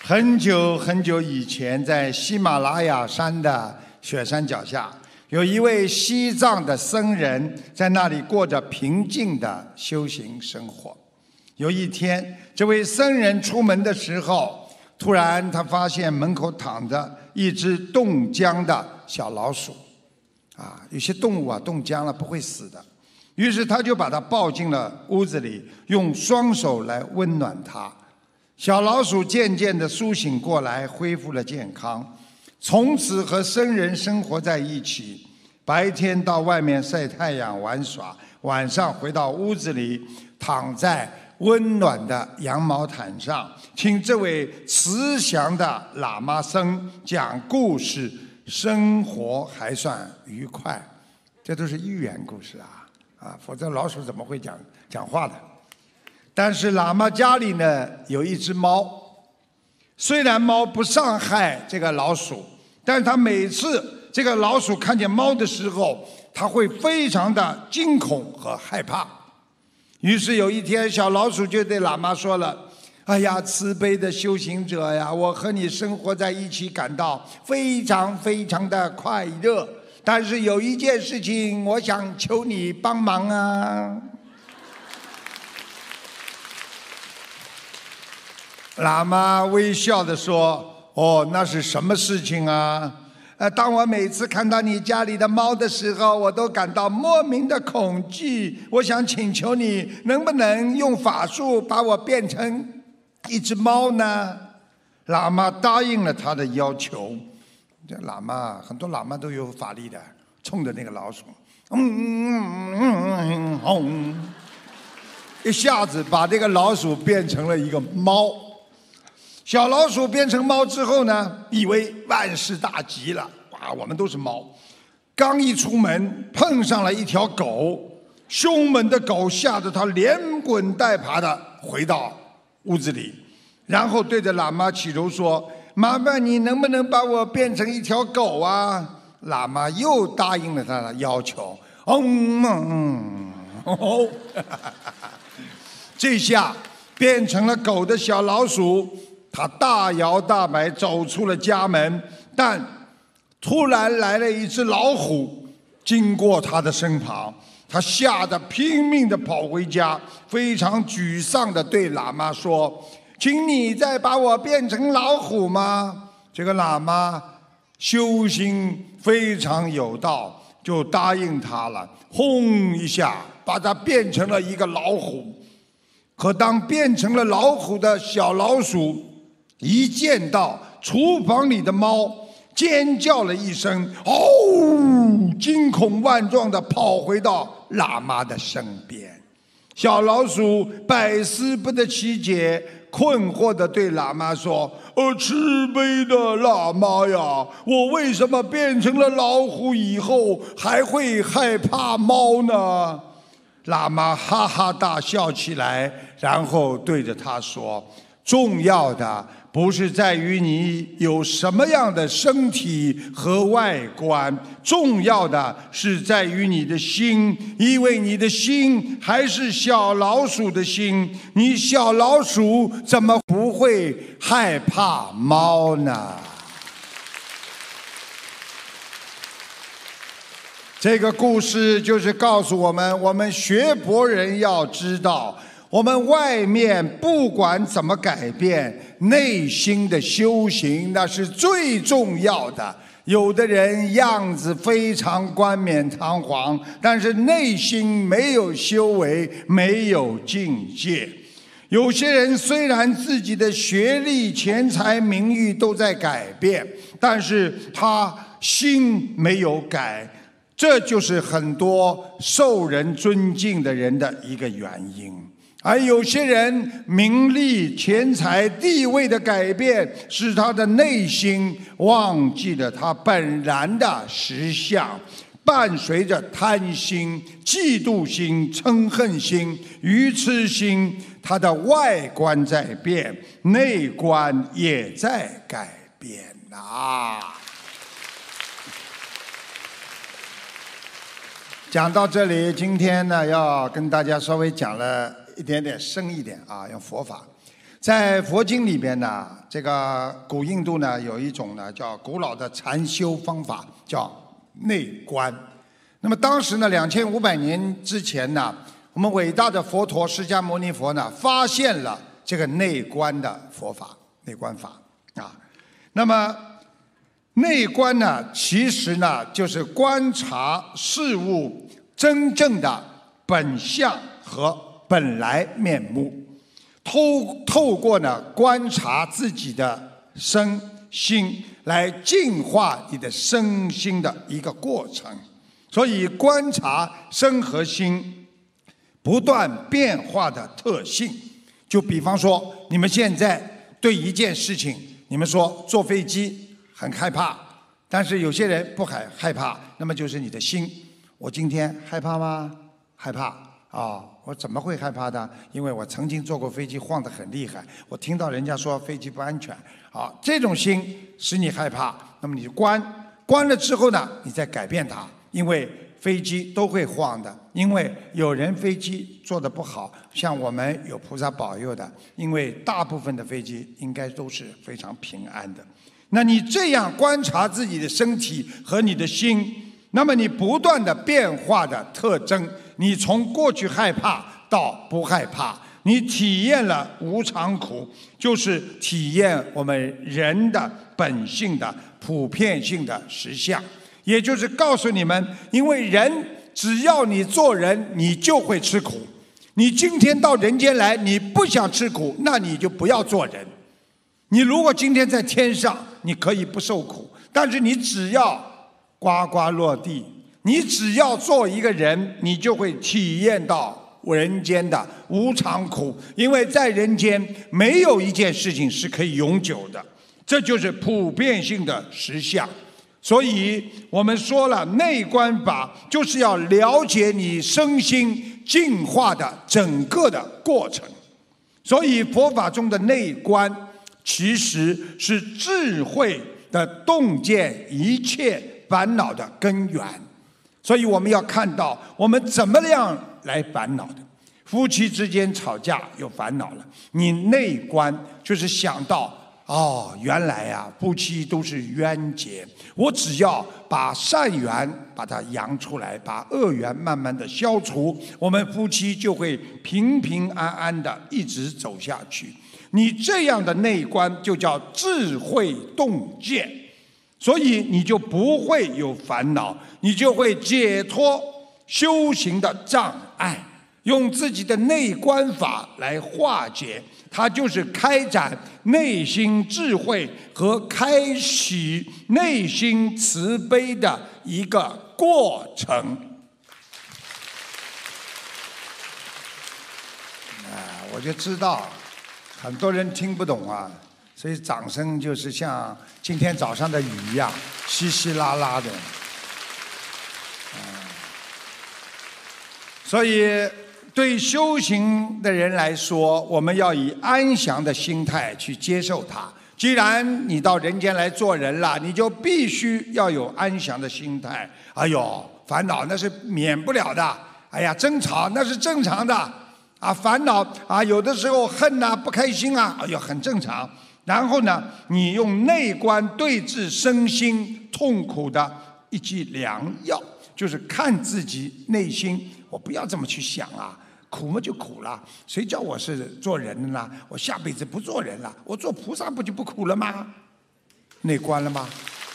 很久很久以前，在喜马拉雅山的雪山脚下，有一位西藏的僧人，在那里过着平静的修行生活。有一天，这位僧人出门的时候，突然他发现门口躺着一只冻僵的小老鼠。有些动物冻僵了不会死的，于是他就把它抱进了屋子里，用双手来温暖它。小老鼠渐渐地苏醒过来，恢复了健康，从此和僧人生活在一起。白天到外面晒太阳玩耍，晚上回到屋子里，躺在温暖的羊毛毯上，听这位慈祥的喇嘛僧讲故事，生活还算愉快。这都是寓言故事否则老鼠怎么会讲话的？但是喇嘛家里呢有一只猫，虽然猫不伤害这个老鼠，但是他每次这个老鼠看见猫的时候，他会非常的惊恐和害怕。于是有一天，小老鼠就对喇嘛说了：哎呀，慈悲的修行者呀，我和你生活在一起，感到非常非常的快乐，但是有一件事情我想求你帮忙啊。喇嘛微笑地说：哦，那是什么事情啊？当我每次看到你家里的猫的时候，我都感到莫名的恐惧。我想请求你，能不能用法术把我变成一只猫呢？喇嘛答应了他的要求。这喇嘛，很多喇嘛都有法力的，冲着那个老鼠，一下子把这个老鼠变成了一个猫。小老鼠变成猫之后呢，以为万事大吉了，我们都是猫。刚一出门，碰上了一条狗，凶猛的狗吓得他连滚带爬的回到屋子里，然后对着喇嘛祈求说：麻烦你能不能把我变成一条狗啊？喇嘛又答应了他的要求。这下变成了狗的小老鼠，他大摇大摆走出了家门，但突然来了一只老虎经过他的身旁，他吓得拼命地跑回家，非常沮丧地对喇嘛说：请你再把我变成老虎吗？这个喇嘛修行非常有道，就答应他了，轰一下把他变成了一个老虎。可当变成了老虎的小老鼠一见到厨房里的猫，尖叫了一声，惊恐万状地跑回到喇嘛的身边。小老鼠百思不得其解，困惑地对喇嘛说：慈悲的喇嘛呀，我为什么变成了老虎以后还会害怕猫呢？喇嘛哈哈大笑起来，然后对着他说：重要的不是在于你有什么样的身体和外观，重要的是在于你的心，因为你的心还是小老鼠的心，你小老鼠怎么不会害怕猫呢？这个故事就是告诉我们，我们学佛人要知道，我们外面不管怎么改变，内心的修行那是最重要的。有的人样子非常冠冕堂皇，但是内心没有修为，没有境界。有些人虽然自己的学历、钱财、名誉都在改变，但是他心没有改，这就是很多受人尊敬的人的一个原因。而有些人名利、钱财、地位的改变，使他的内心忘记了他本然的实相，伴随着贪心、嫉妒心、嗔恨心、愚痴心，他的外观在变，内观也在改变讲到这里，今天呢要跟大家稍微讲了一点点深一点用佛法。 在佛经里边呢，这个古印度呢有一种呢叫古老的禅修方法，叫内观。那么当时呢，2500年之前呢，我们伟大的佛陀释迦牟尼佛呢发现了这个内观的佛法，内观法啊。那么内观呢，其实呢就是观察事物真正的本相和本来面目。透过呢观察自己的身心，来净化你的身心的一个过程。所以观察身和心不断变化的特性，就比方说你们现在对一件事情，你们说坐飞机很害怕，但是有些人不害怕，那么就是你的心。我今天害怕吗？害怕啊。我怎么会害怕的？因为我曾经坐过飞机，晃得很厉害。我听到人家说飞机不安全，这种心使你害怕，那么你就关了之后呢，你再改变它。因为飞机都会晃的，因为有人飞机做得不好，像我们有菩萨保佑的，因为大部分的飞机应该都是非常平安的。那你这样观察自己的身体和你的心，那么你不断的变化的特征，你从过去害怕到不害怕，你体验了无常苦，就是体验我们人的本性的普遍性的实相。也就是告诉你们，因为人只要你做人，你就会吃苦。你今天到人间来，你不想吃苦，那你就不要做人。你如果今天在天上，你可以不受苦，但是你只要呱呱落地，你只要做一个人，你就会体验到人间的无常苦。因为在人间没有一件事情是可以永久的，这就是普遍性的实相。所以我们说了，内观法就是要了解你身心净化的整个的过程。所以佛法中的内观其实是智慧的洞见一切烦恼的根源。所以我们要看到我们怎么样来烦恼的。夫妻之间吵架有烦恼了，你内观就是想到原来啊，夫妻都是冤结。我只要把善缘把它扬出来，把恶缘慢慢的消除，我们夫妻就会平平安安的一直走下去。你这样的内观就叫智慧洞见，所以你就不会有烦恼，你就会解脱修行的障碍，用自己的内观法来化解。它就是开展内心智慧和开启内心慈悲的一个过程。我就知道很多人听不懂啊，所以掌声就是像今天早上的雨一样，稀稀拉拉的。所以对修行的人来说，我们要以安详的心态去接受它。既然你到人间来做人了，你就必须要有安详的心态。烦恼那是免不了的，争吵那是正常的烦恼有的时候恨不开心很正常。然后呢，你用内观对治身心痛苦的一剂良药，就是看自己内心，我不要这么去想苦嘛就苦了，谁叫我是做人的呢？我下辈子不做人了，我做菩萨不就不苦了吗？内观了吗？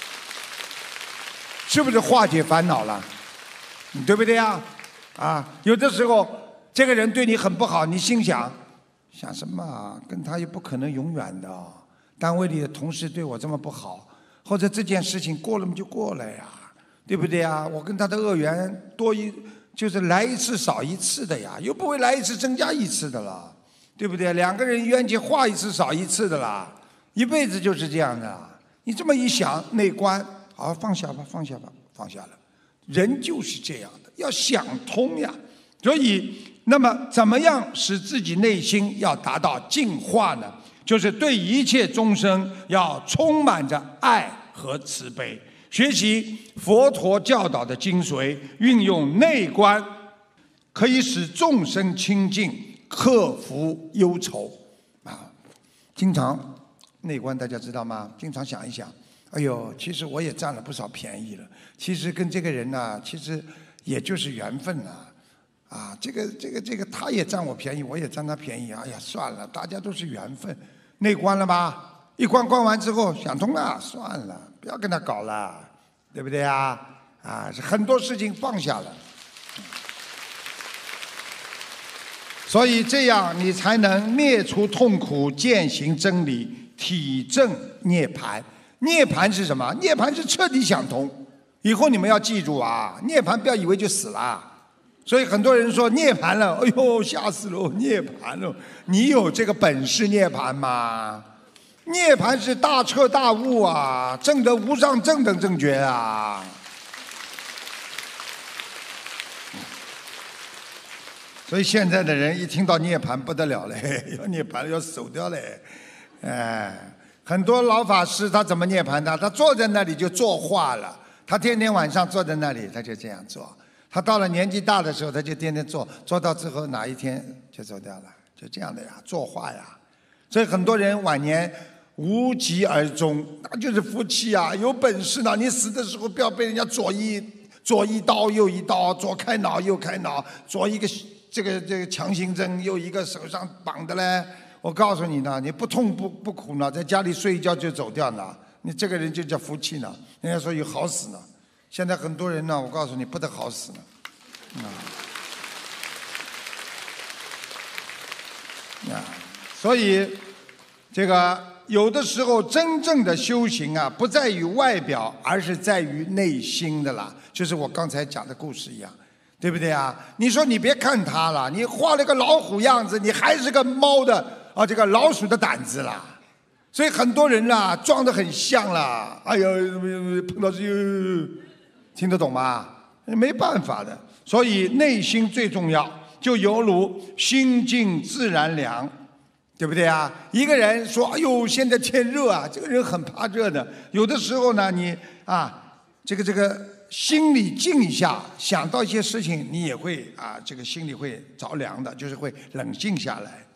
是不是化解烦恼了？对不对呀？有的时候这个人对你很不好，你心想什么跟他又不可能永远的。单位里的同事对我这么不好，或者这件事情过了就过了呀，对不对呀？我跟他的恶缘就是来一次少一次的呀，又不会来一次增加一次的了，对不对？两个人冤结化一次少一次的啦，一辈子就是这样的。你这么一想，内观，好，放下吧，放下吧，放下了。人就是这样的，要想通呀。所以，那么怎么样使自己内心要达到净化呢？就是对一切众生要充满着爱和慈悲。学习佛陀教导的精髓，运用内观，可以使众生清净，克服忧愁经常内观大家知道吗？经常想一想，哎呦，其实我也占了不少便宜了。其实跟这个人呢，其实也就是缘分啊。啊，这个，他也占我便宜，我也占他便宜。哎呀，算了，大家都是缘分。内观了吧？一关完之后想通了，算了，不要跟他搞了，对不对啊？啊，很多事情放下了。所以这样你才能灭除痛苦，践行真理，体证涅槃。涅槃是什么？涅槃是彻底想通。以后你们要记住啊，涅槃不要以为就死了。所以很多人说涅槃了，哎呦吓死了，涅槃了。你有这个本事涅槃吗？涅槃是大彻大悟啊，证得无上正等正觉啊。所以现在的人一听到涅槃不得了嘞，要涅槃要走掉嘞，哎，很多老法师他怎么涅槃的？他坐在那里就作画了，他天天晚上坐在那里，他就这样做。他到了年纪大的时候，他就天天做到之后哪一天就走掉了，就这样的呀，作画呀。所以很多人晚年无疾而终，那就是福气啊！有本事呢，你死的时候不要被人家左一刀右一刀，左开脑右开脑，左一个这个强行针，右一个手上绑的嘞。我告诉你呢，你不痛不苦呢，在家里睡一觉就走掉呢，你这个人就叫福气呢。人家说有好死呢。现在很多人呢，我告诉你不得好死呢，所以这个有的时候真正的修行啊，不在于外表，而是在于内心的啦。就是我刚才讲的故事一样，对不对啊？你说你别看他了，你画了个老虎样子，你还是个猫的啊，这个老鼠的胆子啦。所以很多人啦，装得很像啦，哎呦，碰到这。听得懂吗？没办法的，所以内心最重要，就犹如心静自然凉，对不对啊？一个人说：“哎呦，现在天热啊！”这个人很怕热的。有的时候呢，你啊，这个心里静一下，想到一些事情，你也会啊，这个心里会着凉的，就是会冷静下来。